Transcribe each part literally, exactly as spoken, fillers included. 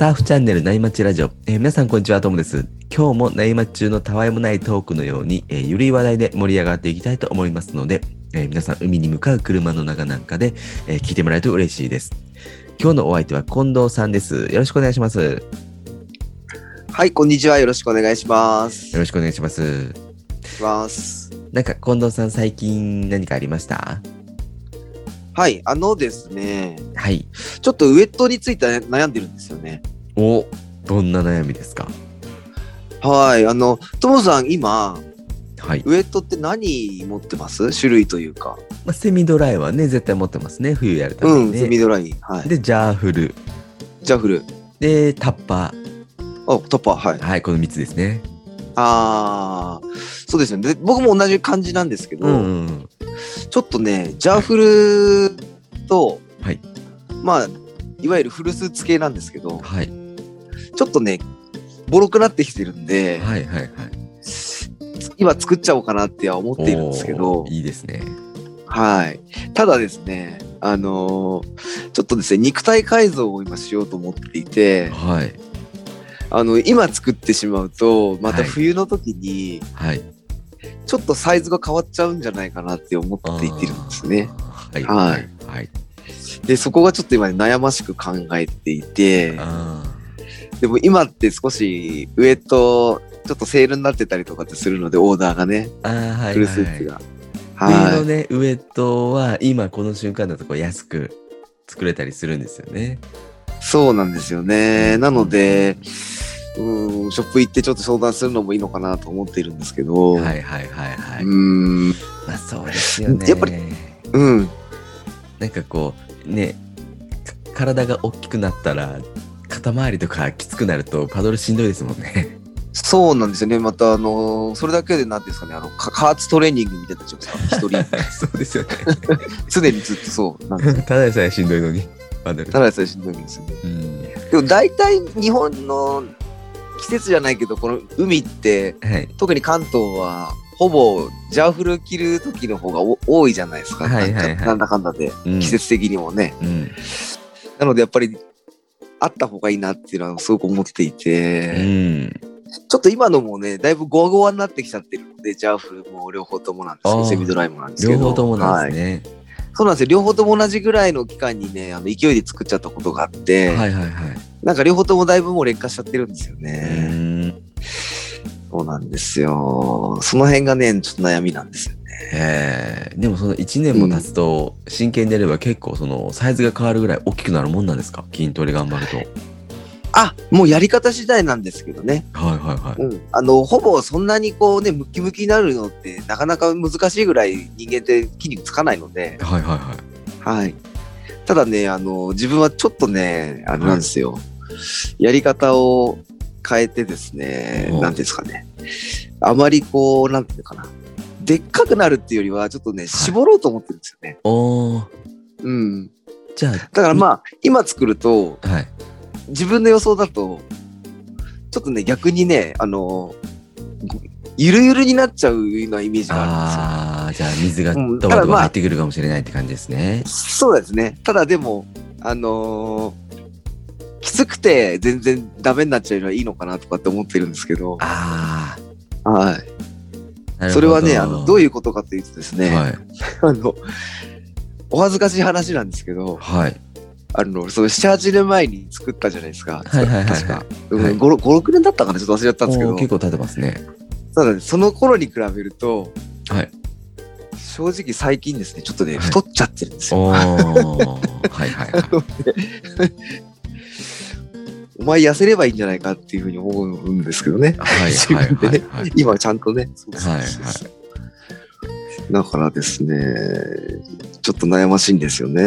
サーフチャンネル内町ラジオ、えー、皆さんこんにちは、トムです。今日も内町中のたわいもないトークのように、えー、ゆるい話題で盛り上がっていきたいと思いますので、えー、皆さん海に向かう車の中なんかで、えー、聞いてもらえると嬉しいです。今日のお相手は近藤さんです。よろしくお願いします。 はい、こんにちは。よろしくお願いします。 よろしくお願いします。 お願いします。 なんか近藤さん最近何かありました？ はい、あのですね、 はい。 ちょっとウエットについて悩んでるんですよね。 お、どんな悩みですか？ はい、あの、トモさん今、 はい。 ウエットって何持ってます？種類というか。 まあ、セミドライはね、絶対持ってますね。冬やるためにね。 うん、セミドライ。はい。 で、ジャーフル。 ジャフル。 で、タッパあ、トッパー、はい。 ー。はい、このみっつですね。 あー、そうですよね。で僕も同じ感じなんですけど、 うんうんうん。 ちょっとね、ジャフルと、 はい。 まあ、いわゆるフルスーツ系なんですけど、 はい。 ちょっとね、ボロくなってきてるんで、 はいはいはい。 今作っちゃおうかなっては思っているんですけど、 いいですね。 はい。ただですね、あのー、ちょっとですね、肉体改造を今しようと思っていて、 はい。 あの、今作ってしまうと、またはい冬の時に、 はい。 ちょっとサイズが変わっちゃうんじゃないかなって思っていてるんですね。 はいはいはい。 で、そこがちょっと今悩ましく考えていて、 あでも今って少しウエット、ちょっとセールになってたりとかってするので、オーダーがね、 あー、はいフルはい。 スーツが。 冬のはい。 ね、ウエットは今この瞬間だとこう安く作れたりするんですよね。 そうなんですよね。なので、うん、ショップ行ってちょっと相談するのもいいのかなと思っているんですけど、 はいはいはいはい。 うん、 まあそうですよね。 やっぱりうん、 なんかこうね、か体が大きくなったら肩周りとかきつくなるとパドルしんどいですもんね。 そうなんですよね。またあのそれだけでなんていうんですかね、あのカ加圧トレーニングみたいになっちゃうんですか、一人そうですよね。 常にずっとそうなんですよ。 ただでさえしんどいのにパドル。 ただでさえしんどいんですよね。 うんでも大体日本の季節じゃないけど、この海ってはい特に関東はほぼジャーフル着る時の方がお多いじゃないですか。 はいはいはいなんかなんだかんだで、 うん季節的にもね。 うんなのでやっぱりあった方がいいなっていうのはすごく思っていて、 うんちょっと今のもね、だいぶゴワゴワになってきちゃってるので、ジャーフルも両方ともなんですけど、 あーセミドライもなんですけど。 両方ともなんですはい。 ね。 そうなんですよ。両方とも同じぐらいの期間にね、あの勢いで作っちゃったことがあって、 はいはいはい。 なんか両方ともだいぶもう劣化しちゃってるんですようね。 んそうなんですよ。その辺がね、ちょっと悩みなんですよね。 へえ。でもそのいちねんも経つと真剣でやれば結構そのサイズが変わるぐらい大きくなるもんなんですか？筋トレ頑張ると。 あ、もうやり方次第なんですけどね。 はいはいはい。 うん。あの、ほぼそんなにこうね、ムキムキになるのってなかなか難しいぐらい人間って筋肉つかないので、 はいはいはい。 はい。ただね、あの、自分はちょっとね、あれなんですよ。やり方を変えてですね、 おうなんていうんですかね。あまりこう、なんていうのかな。でっかくなるっていうよりは、ちょっとね、絞ろうと思ってるんですよね。 おー。 うん。 じゃあ。 だからまあ、今作ると、 はい。 自分の予想だと、ちょっとね、逆にね、あの、ゆるゆるになっちゃうようなイメージがあああ、じゃあ水がうんドバドただまあバ入ってくるかもしれないって感じですね。 るんですよ。そうですね。ただでも、あのーきつくて全然ダメになっちゃうのはいいのかなとかって思ってるんですけど、 あはい。 あ、なるほど。 それはね、あの、どういうことかというとですね、 はい。 あの、お恥ずかしい話なんですけど、 はい。 あの、そのなな、はちねんまえに作ったじゃないですか。 はいはいはいはい確か。うんはいご、ろくねんだったかなちょっと忘れちゃったんですけど、 おー結構経ってますね。 ただね、その頃に比べると、 はい。 正直最近ですね、ちょっとね、 はい太っちゃってるんですよ。 おー。はいはいはい。 お前痩せればいいんじゃないかっていうふうに思うんですけどね。 はい自はい分でねはいはい。 今ちゃんとね。そうそうそうはいはいだからですね、ちょっと悩ましいんですよね。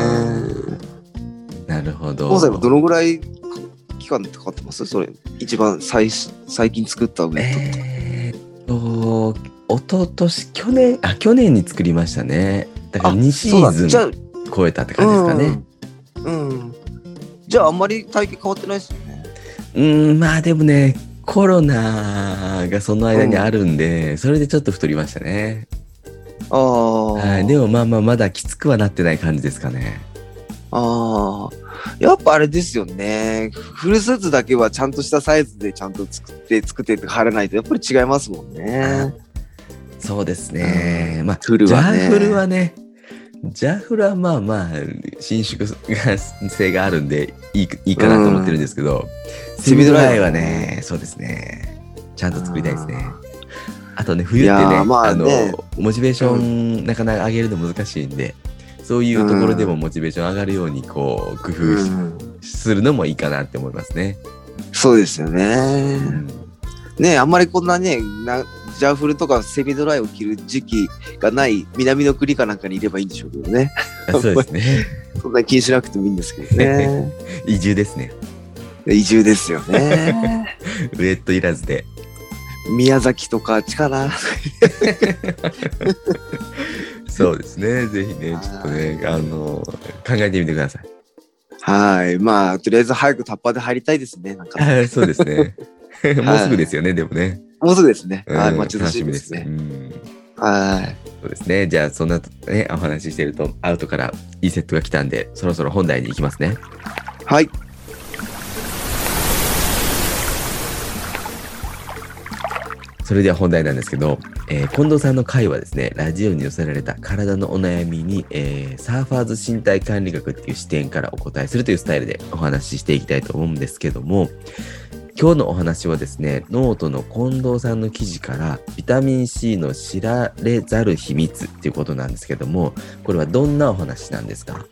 なるほど。 大さんはどのぐらい期間かかってますそれ。一番最最近作ったウエットって。 えーっと、おととし、去年、あ、去年に作りましたね。だからにシーズじゃあン超えたって感じですかね。 うん。うんじゃああんまり体型変わってないですよね。 うーん、まあでもね、コロナがその間にあるんで、それでちょっと太りましたね。 ああ。 はい、でもまあまあまだきつくはなってない感じですかね。 ああ。 やっぱあれですよね。フルスーツだけはちゃんとしたサイズでちゃんと作って作ってって貼らないとやっぱり違いますもんね。 そうですね。 うんまあ、 フルはねジャーフルはね、ジャーフルはまあまあ、伸縮性があるんでいいいいかなと思ってるんですけど、セミドライはね、そうですね。ちゃんと作りたいですね。あとね、冬ってね、 いやーまあねあの、モチベーションなかなか上げるの難しいんで、そういうところでもモチベーション上がるように、こう、工夫し、 うんするのもいいかなって思いますね。 そうですようね。 ん、 ねあんまりこんなねなジャーフルとかセミドライを着る時期がない南の国かなんかにいればいいんでしょうけどね。 そうですね。 そんなに気にしなくてもいいんですけどね。 移住ですね。 移住ですよね。 ウエットいらずで。 宮崎とかあっちかな。 そうですね。ぜひね、ちょっとね、あの、考えてみてください。 はい。まあ、とりあえず早くタッパーで入りたいですね。なんかあそうですね。もうすぐですよね、でもね。 もうすぐですね。はい。 うん待ち遠しいです楽しみね。 ですうんはい。 そうですね。じゃあ、そんなね、お話ししてると、アウトからいいセットが来たんで、そろそろ本題に行きますね。 はい。 それでは本題なんですけど、えー近藤さんの回はですね、ラジオに寄せられた体のお悩みに、えーサーファーズ身体管理学っていう視点からお答えするというスタイルでお話ししていきたいと思うんですけども、今日のお話はですね、ノートの近藤さんの記事からビタミン C の知られざる秘密っていうことなんですけども、これはどんなお話なんですか？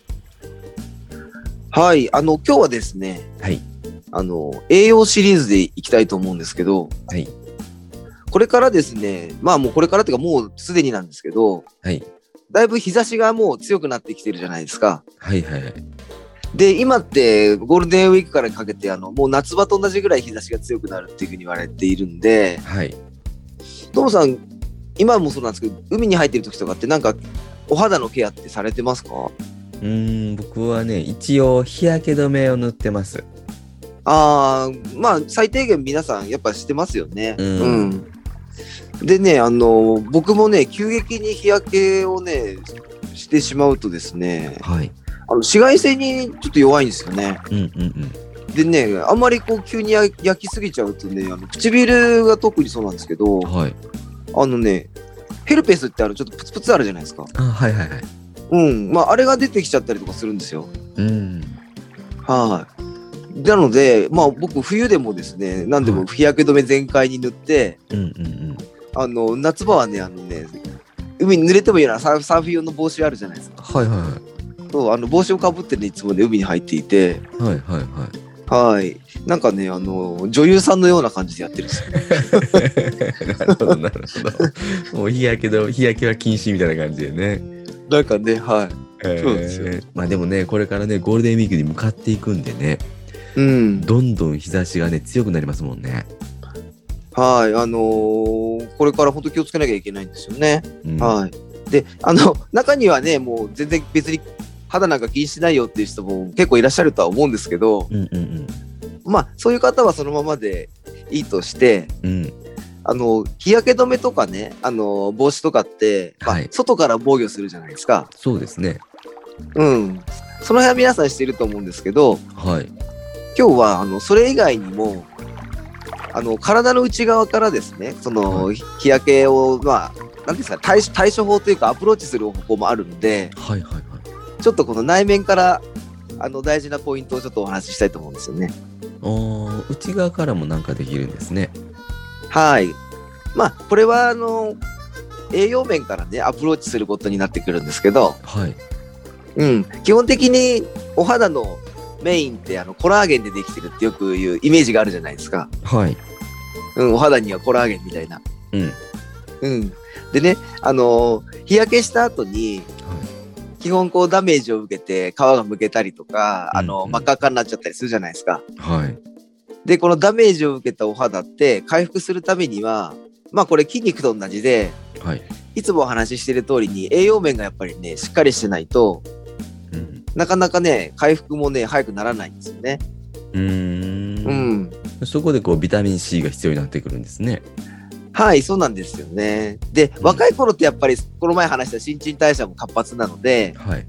はい。あの、今日はですね、 はい。 あの、栄養シリーズでいきたいと思うんですけど、 はい。 これからですね、まあもうこれからっていうかもうすでになんですけど、 はい。 だいぶ日差しがもう強くなってきてるじゃないですか。 はいはいはい。 で、今ってゴールデンウィークからかけて、あの、もう夏場と同じぐらい日差しが強くなるっていうふうに言われているんで、 はい。 トムさん、今もそうなんですけど、海に入ってる時とかってなんかお肌のケアってされてますか？ うーん、僕はね、一応日焼け止めを塗ってます。 あー、まあ最低限皆さんやっぱしてますよね。 うんうんでね、あの、僕もね、急激に日焼けをね、してしまうとですね、 はい。 あの紫外線にちょっと弱いんですよね。 うんうんうん。 でね、あんまりこう急に焼焼きすぎちゃうとね、あの唇が特にそうなんですけど、 はい。 あのね、ヘルペスってあのちょっとプツプツあるじゃないですか。 あ、はいはいはい。 うん。まあ、あれが出てきちゃったりとかするんですよ。 うん。 はい。なので、まあ僕冬でもですね、何でも日焼け止め全開に塗って、 うんうんうん。 あの、夏場はね、あのね、海に濡れてもいいようなサーフサーフ用の帽子あるじゃないですか。 はいはいはい。 そう、あの帽子をかぶってね、いつもね、海に入っていて、 はいはいはい。 はい。なんかね、あの、女優さんのような感じでやってるんですよ。 なるほどなるほど。もう日焼けど日焼けは禁止みたいな感じでね。 なんかね、はい。 えーそうですよまあでもね、これからね、ゴールデンウィークに向かっていくんでね、 うん。 どんどん日差しがね、強くなりますもんね。 はい。あのーこれから本当気をつけなきゃいけないんですよね。 うん、 はい。で、あの、中にはね、もう全然別に肌なんか気にしないよっていう人も結構いらっしゃるとは思うんですけど、 うんうんまあ、そういう方はそのままでいいとして、 うん。うん。 あの、日焼け止めとかね、あの、帽子とかって、まあはい外から防御するじゃないですか。 そうですね。 うん。その辺は皆さんしてると思うんですけど、 はい。 今日は、あの、それ以外にも、あの、体の内側からですね、その、 は日焼けを、まあ、なんですか、対処、対処法というかアプローチする方法もあるんで、 はいはいはい。 ちょっとこの内面から、あの、大事なポイントをちょっとお話ししたいと思うんですよね。 おー、内側からもなんかできるんですね。 はい。まあ、これは、あの、栄養面からね、アプローチすることになってくるんですけど、 はい。 うん、基本的にお肌のメインってあのコラーゲンでできてるってよく言うイメージがあるじゃないですか。 はい。 うん、お肌にはコラーゲンみたいな。 うん。 うん。でね、あのー日焼けした後に、基本こうダメージを受けて皮がむけたりとか、あの、 うんうん真っ赤っかになっちゃったりするじゃないですか。 はい。 で、このダメージを受けたお肌って回復するためには、まあこれ筋肉と同じで、 はい。 いつもお話ししてる通りに栄養面がやっぱりね、しっかりしてないと、 うん。 なかなかね、回復もね、早くならないんですよね。 うーん。 うん。 そこでこうビタミン C が必要になってくるんですね。 はい、そうなんですよね。で、 うん若い頃ってやっぱり、この前話した新陳代謝も活発なので、 はい。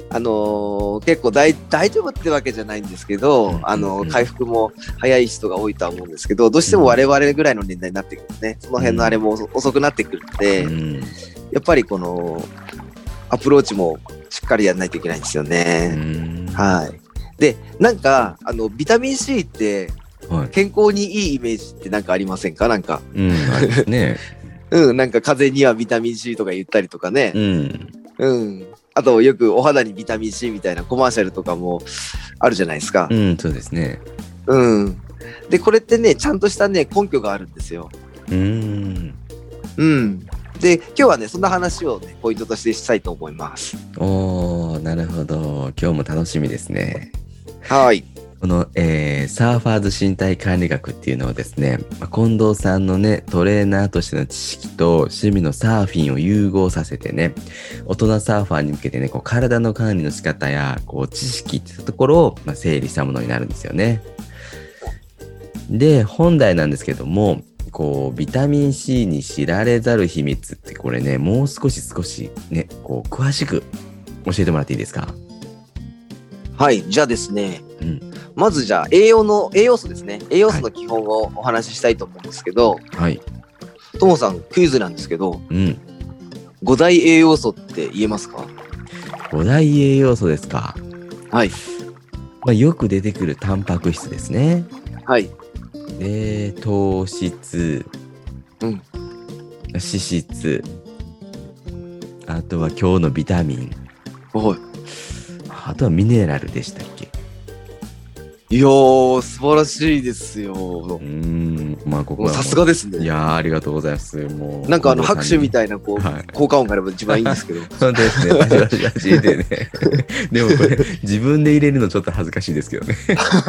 あのー結構大大丈夫ってわけじゃないんですけど、 うんあのーうん回復も早い人が多いとは思うんですけど、どうしても我々ぐらいの年代になってくるとね、その辺のあれも遅遅くなってくるので、 うんやっぱりこのアプローチもしっかりやらないといけないんですようね。 んはい。で、なんか、あの、ビタミン C ってはい健康にいいイメージってなんかありませんか？なんか。 うんあれですねうん、なんか風邪にはビタミン C とか言ったりとかね。 うんうん。あと、よくお肌にビタミン C みたいなコマーシャルとかもあるじゃないですかう。んそうですねうん。で、これってね、ちゃんとしたね、根拠があるんですよ。 うんうん。で、今日はね、そんな話をね、ポイントとしてしたいと思います。 おーなるほど今日も楽しみですね。 はい。 この、えーサーファーズ身体管理学っていうのをですね、まあ近藤さんのね、トレーナーとしての知識と趣味のサーフィンを融合させてね、大人サーファーに向けてね、こう体の管理の仕方や、こう知識っていったところを、まあ、整理したものになるんですよね。で、本題なんですけども、こう、ビタミン C に知られざる秘密ってこれね、もう少し少しね、こう、詳しく教えてもらっていいですか？ はい。じゃあですね、 うん。 まずじゃあ、栄養の、栄養素ですね。栄養素の基本をお話ししたいと思うんですけど、 はい。 ともさん、クイズなんですけど、 うん。 五大栄養素って言えますか？ 五大栄養素ですか。 はい。 まあ、よく出てくるタンパク質ですね。 はい。 で、糖質、 うん。 脂質、あとは今日のビタミン、 はい。 あとはミネラルでしたっけ？ いやー、素晴らしいですよ。 うーん、まあここはもうさすがですね。 いやーありがとうございます。もうなんかあの拍手みいたいなこう、 はい効果音があれば一番いいんですけど。 本当ですね。バシバシバシでね。でもこれ自分で入れるのちょっと恥ずかしいですけどね。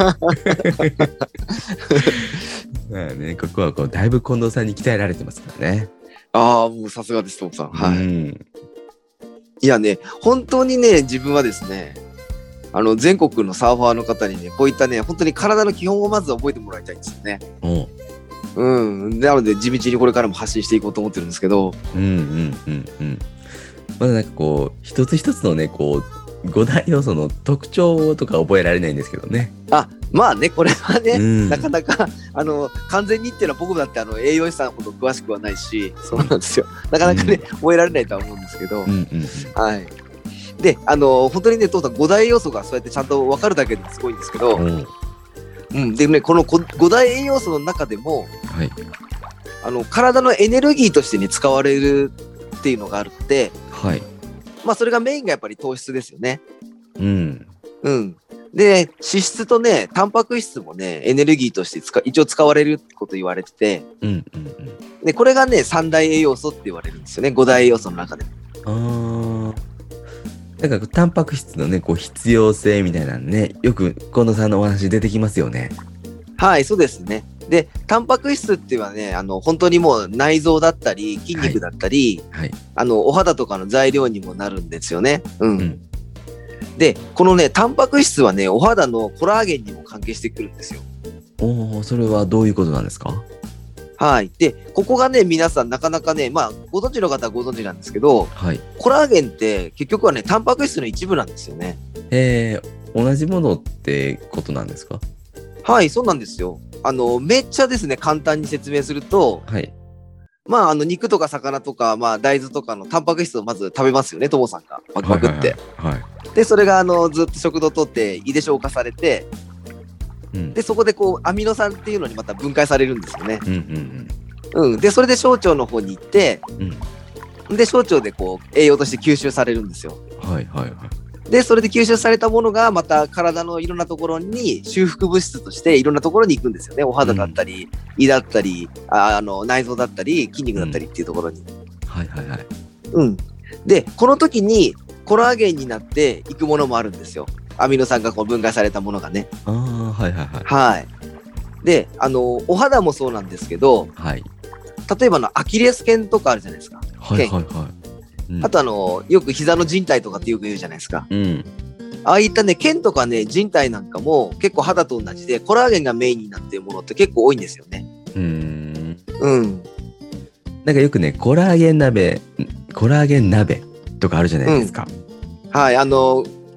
まあね、ここはこうだいぶ近藤さんに鍛えられてますからね。 ああ、もうさすがです、トムさん。はい。 うんいやね、本当にね、自分はですね、あの、全国のサーファーの方にね、こういったね、本当に体の基本をまず覚えてもらいたいんですよね。 おううん。なので、地道にこれからも発信していこうと思ってるんですけど、 うんうんうんうん。まだなんかこう一つ一つのねこう五大要素の特徴とか覚えられないんですけどね。 あ、まあね、これはね、 うんなかなか、あの、完全にっていうのは僕もだってあの栄養士さんほど詳しくはないし、そうなんですよ。なかなかね、覚えられないとは思うんですけど、 うんうんはい。で、あの、本当にね、父さん、五大要素がそうやってちゃんと分かるだけですごいんですけど、 うん。おううん。でね、このこ五大栄養素の中でも、 はいあの、体のエネルギーとしてね、使われるっていうのがあるって、 はい。 まあ、それがメインがやっぱり糖質ですよね。 うんうん。で、脂質とね、タンパク質もね、エネルギーとして使一応使われるってこと言われてて、 うんうんうん。 で、これがね、三大栄養素って言われるんですよね、五大栄養素の中で。 ああ。なんかタンパク質のねこう必要性みたいなのねよく近藤さんのお話出てきますよね。 はい、そうですね。で、タンパク質っていうのはね、あの、本当にもう内臓だったり、筋肉だったり、 はい。 あの、お肌とかの材料にもなるんですよね。うん。 うん。 で、このね、タンパク質はね、お肌のコラーゲンにも関係してくるんですよ。 おおそれはどういうことなんですか？ はい。で、ここがね、皆さんなかなかね、まあ、ご存知の方はご存知なんですけど、 はい。 コラーゲンって結局はね、タンパク質の一部なんですよね。 えー、同じものってことなんですか？ はい、そうなんですよ。あの、めっちゃですね、簡単に説明すると、 はい。 まあ、あの、肉とか魚とか、まあ、大豆とかのタンパク質をまず食べますよね、ともさんが。バクバクって。 はいはいはい。はいで、それが、あの、ずっと食道を通って胃で消化されて、 うん。 で、そこでこう、アミノ酸っていうのにまた分解されるんですよね。 うんうんうん。で、それで小腸の方に行って、 うん。 で、小腸でこう、栄養として吸収されるんですよ。 うん。はいはいはい。 で、それで吸収されたものが、また体のいろんなところに修復物質としていろんなところに行くんですよね。お肌だったり、胃だったり、ああの、内臓だったり、筋肉だったりっていうところに。 はいはいはい。 うん。で、この時にコラーゲンになっていくものもあるんですよ。アミノ酸がこう分解されたものがね。 ああはいはいはい。 はい。で、あの、お肌もそうなんですけど、 はい。 例えばあのアキレス腱とかあるじゃないですか。 はいはいはい。うんあとあの、よく膝の靭帯とかってよく言うじゃないですか。 うん。 ああいったね、腱とかね、靭帯なんかも結構肌と同じで、コラーゲンがメインになっているものって結構多いんですよね。 うーん。 うん。 なんかよくね、コラーゲン鍋、コラーゲン鍋とかあるじゃないですか。 はい、あの、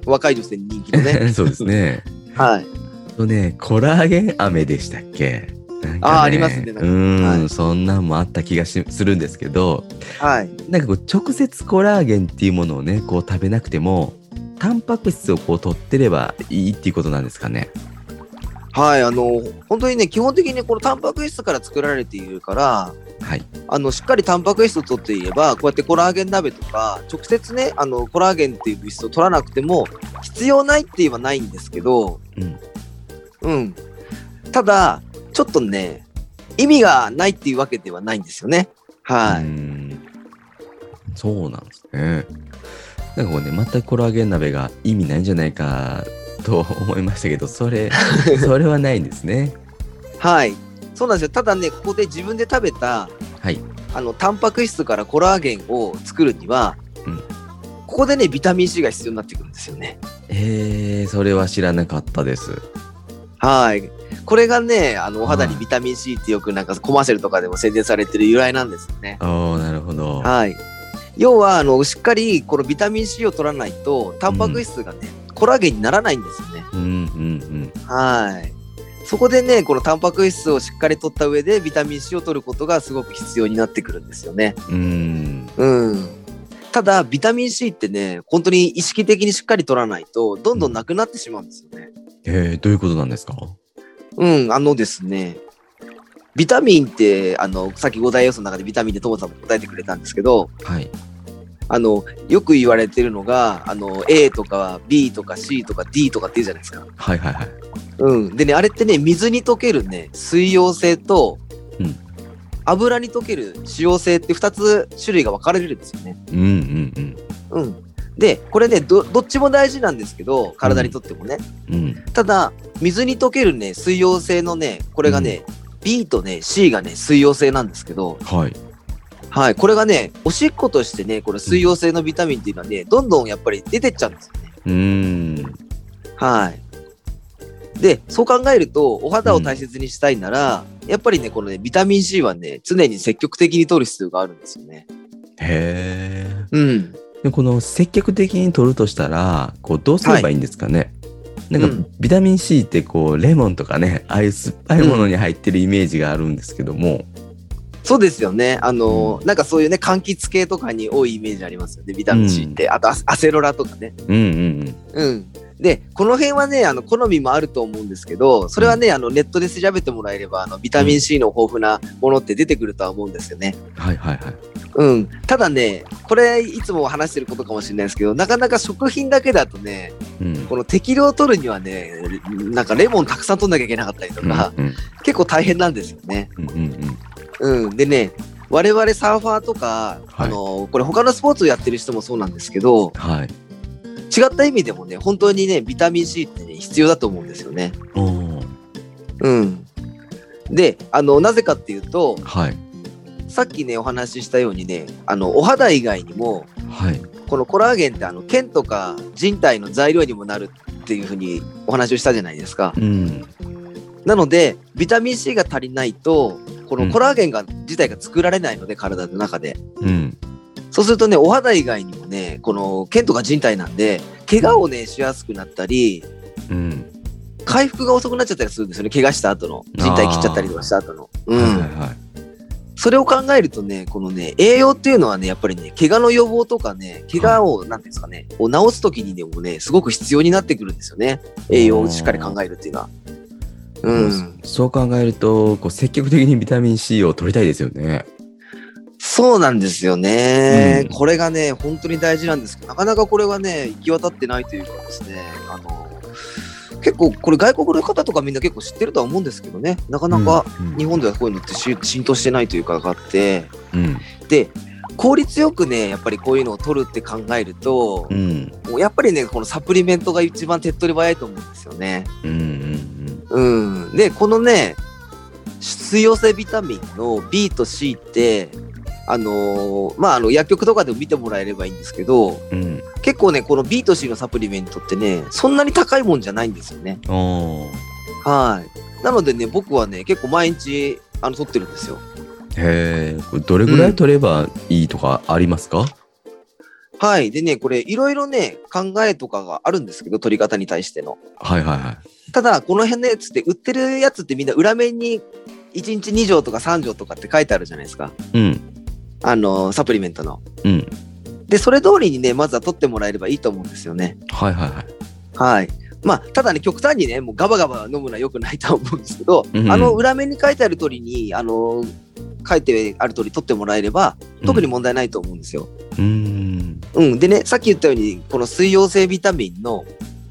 若い女性に人気のね。 そうですね。 はい。 とね、コラーゲン飴でしたっけ？なんかね、 あーありますねなんかうん、 はいそんなんもあった気がしするんですけど、 はい。 なんかこう直接コラーゲンっていうものをね、こう食べなくても、タンパク質をこう取ってればいいっていうことなんですかね。 はい。あの、本当にね、基本的にこのタンパク質から作られているから、 はい。 あの、しっかりタンパク質を取っていれば、こうやってコラーゲン鍋とか、直接ね、あの、コラーゲンっていう物質を取らなくても、必要ないって言えばないんですけど、 うん。 うん。ただ、ちょっとね、意味がないっていうわけではないんですよね。はうい。 ん、そうなんですね。なんかこうね、全くコラーゲン鍋が意味ないんじゃないかと思いましたけど、それ、それはないんですね。 はい。そうなんですよ。ただね、ここで自分で食べた、 はい。 あの、タンパク質からコラーゲンを作るには、 うんここでね、ビタミン C が必要になってくるんですよね。 えー、それは知らなかったです。 はい。これがね、あの、お肌にはいビタミン C ってよくなんかコマーシャルとかでも宣伝されてる由来なんですよね。 おー、なるほど。 はい。要は、あの、しっかりこのビタミン C を取らないと、タンパク質がね、コラーゲンにならないんですよね。 うんうんはい。そこでね、このタンパク質をしっかり取った上で、ビタミン C を取ることがすごく必要になってくるんですよね。 うん。うんうん。ただ、ビタミン C ってね、本当に意識的にしっかり取らないと、どんどんなくなってしまうんですよね。 えー、どういうことなんですか？ うん、あのですね、ビタミンって、あの、さっきご大要素の中でビタミンでトモさんも答えてくれたんですけど、 はい。 あの、よく言われてるのが、あの、A とか B とか C とか D とかって言うじゃないですか。 はいはいはい。 うん。でね、あれってね、水に溶けるね、水溶性と、 うん油に溶ける脂溶性ってふたつ種類が分かれるんですよね。 うんうんうん。 うん。で、これね、ど、どっちも大事なんですけど、体にとってもね。 うん。 ただ、水に溶けるね、水溶性のね、これがね、B とね、C がね、水溶性なんですけど、 はい。 はい、これがね、おしっことしてね、これ水溶性のビタミンっていうのはね、どんどんやっぱり出てっちゃうんですよね。 うーん。 はい。で、そう考えると、お肌を大切にしたいなら、うん、やっぱりね、このね、ビタミン C はね、常に積極的に摂る必要があるんですよね。 へえ。 うん。 でこの積極的に摂るとしたら、こうどうすればいいんですかね。はい、なんか、うん、ビタミン C ってこうレモンとかね、ああいう酸っぱいものに入ってるイメージがあるんですけども。うん、 そうですよね。あの、うん、なんかそういうね、柑橘系とかに多いイメージありますよね、ビタミン C って。うん、あとアセロラとかね。 うんうんうん。 うん。で、この辺はね、あの、好みもあると思うんですけど、それはね、うん、あの、ネットで調べてもらえれば、あの、ビタミン C の豊富なものって出てくるとは思うんですよね。 はいはいはい。 うん。ただね、これ、いつも話してることかもしれないですけど、なかなか食品だけだとね、うん、この適量取るにはね、なんかレモンたくさん取んなきゃいけなかったりとか、うんうん、結構大変なんですよね。うんうんうん。うん。でね、我々サーファーとか、はい、あの、これ他のスポーツをやってる人もそうなんですけど、はい。違った意味でもね、本当にね、ビタミン C ってね、必要だと思うんですよね。うん。で、あの、なぜかっていうと、はい。さっきね、お話ししたようにね、あの、お肌以外にも、はい。このコラーゲンってあの、腱とか人体の材料にもなるっていうふうにお話をしたじゃないですか。うん。なので、ビタミン C が足りないと、このコラーゲンが、うん、自体が作られないので、体の中で。うん。そうするとね、お肌以外にもね、この腱とか人体なんで、怪我をね、しやすくなったり、うん、回復が遅くなっちゃったりするんですよね、怪我した後の。人体切っちゃったりとかした後の。うん。はいはいはい、それを考えるとね、このね、栄養っていうのはね、やっぱりね、怪我の予防とかね、怪我を、はい、なんていうんですかね、を治すときにでもね、すごく必要になってくるんですよね。栄養をしっかり考えるっていうのは。 うん。そう考えると、こう積極的にビタミン C を取りたいですよね。 そうなんですよね、うん、これがね本当に大事なんですけど、なかなかこれはね行き渡ってないというかですね、あの結構これ外国の方とかみんな結構知ってるとは思うんですけどね、なかなか日本ではこういうのって浸透してないというかがあって、うん、で効率よくねやっぱりこういうのを取るって考えると、うん、もうやっぱりねこのサプリメントが一番手っ取り早いと思うんですよね。うんうんうんうん、でこのね水溶性ビタミンの B と C ってあのー、まあ、あの、薬局とかでも見てもらえればいいんですけど、うん、結構ね、この B と C のサプリメントってね、そんなに高いもんじゃないんですよね。はい。なのでね、僕はね、結構毎日、あの、取ってるんですよ。 へえ、どれぐらい取ればいいとかありますか？うん、 はい。でね、これいろいろね、考えとかがあるんですけど、取り方に対しての。 はいはいはい。 ただ、この辺のやつって売ってるやつってみんな裏面にいちにちにじょうとかさんじょうとかって書いてあるじゃないですか。 うん。 あの、サプリメントの。 うん。 で、それ通りにね、まずは取ってもらえればいいと思うんですよね。 はいはいはい。 はい。まあ、ただね、極端にね、もうガバガバ飲むのは良くないと思うんですけど、 うん、 あの、裏面に書いてある通りに、あの、書いてある通り取ってもらえれば、特に問題ないと思うんですよ。 うん。 うん。でね、さっき言ったように、この水溶性ビタミンの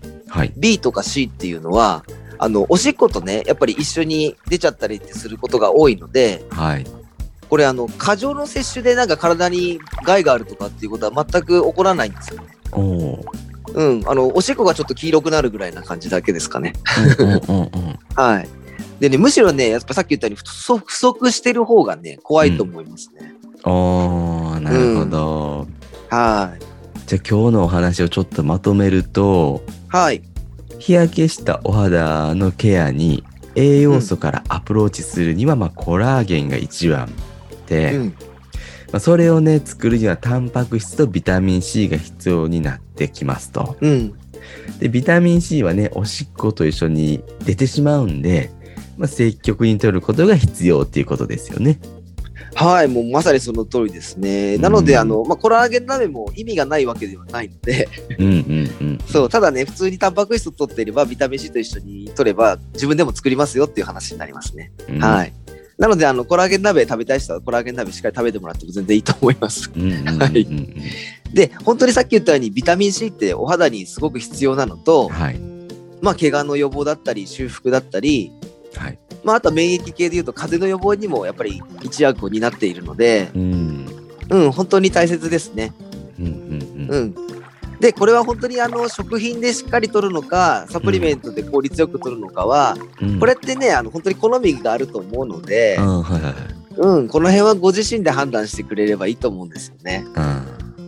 B とか C っていうのは、あの、おしっことね、やっぱり一緒に出ちゃったりってすることが多いので、 はい。 これ、あの、過剰の摂取でなんか体に害があるとかっていうことは全く起こらないんですよね。 おー。 うん、あの、おしっこがちょっと黄色くなるぐらいな感じだけですかね。 うんうんうんうん、 はい。でね、むしろね、やっぱさっき言ったように不、不足してる方がね、怖いと思いますね。 うん、おー、なるほど。 うん、はい。 じゃあ今日のお話をちょっとまとめると、 はい。 日焼けしたお肌のケアに栄養素からアプローチするには、うん、まあコラーゲンが一番で、うんまあ、それをね作るにはタンパク質とビタミン C が必要になってきますと、うん、でビタミン C はねおしっこと一緒に出てしまうんで、まあ、積極に摂ることが必要っていうことですよね。 はい、もうまさにその通りですね。なので、うん、あの、まあ、コラーゲン鍋も意味がないわけではないのでうんうん、うん、そう、ただね、普通にタンパク質を取っていれば、ビタミン C と一緒に取れば、自分でも作りますよっていう話になりますね。うん、はい。なので、あの、コラーゲン鍋食べたい人は、コラーゲン鍋しっかり食べてもらっても全然いいと思います。はい。で、本当にさっき言ったように、ビタミン C ってお肌にすごく必要なのと、はい、まあ、怪我の予防だったり、修復だったり、はい。まあ、あとは免疫系でいうと風邪の予防にもやっぱり一役を担っているので、うん、うん、本当に大切ですね。うんうんうんうん、でこれは本当にあの食品でしっかり摂るのかサプリメントで効率よく摂るのかは、うん、これってねあの本当に好みがあると思うので、うんはいはいうん、この辺はご自身で判断してくれればいいと思うんですよね。うん、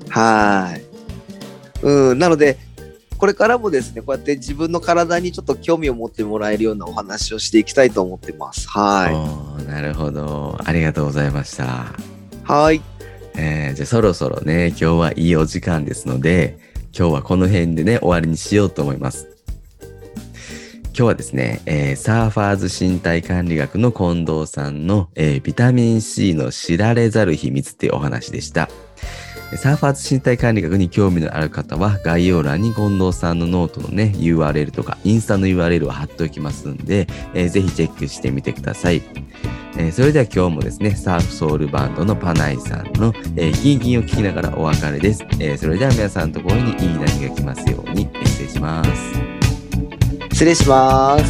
はい、うん、なのでこれからもですね、こうやって自分の体にちょっと興味を持ってもらえるようなお話をしていきたいと思ってます。はい。なるほど。ありがとうございました。 はい。 えー、じゃあそろそろね、今日はいいお時間ですので、今日はこの辺でね、終わりにしようと思います。今日はですね、えー、サーファーズ身体管理学の近藤さんの、えー、ビタミン C の知られざる秘密っていうお話でした。サーファーズ身体管理学に興味のある方は概要欄に近藤さんのノートのね ユーアールエル とかインスタの ユーアールエル を貼っておきますんで、えー、ぜひチェックしてみてください、えー、それでは今日もですねサーフソウルバンドのパナイさんの、えー、キンキンを聞きながらお別れです、えー、それでは皆さんのところにいい波が来ますように失礼します失礼します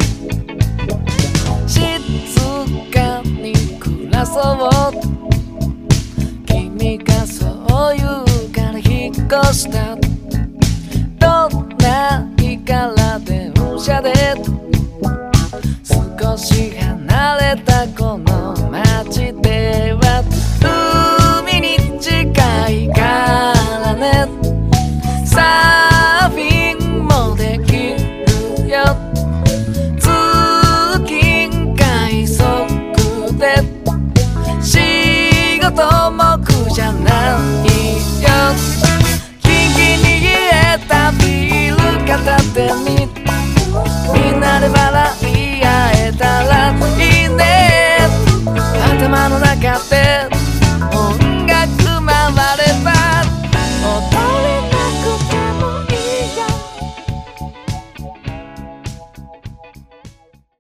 静かに暮らそう君がそう言うから引っ越した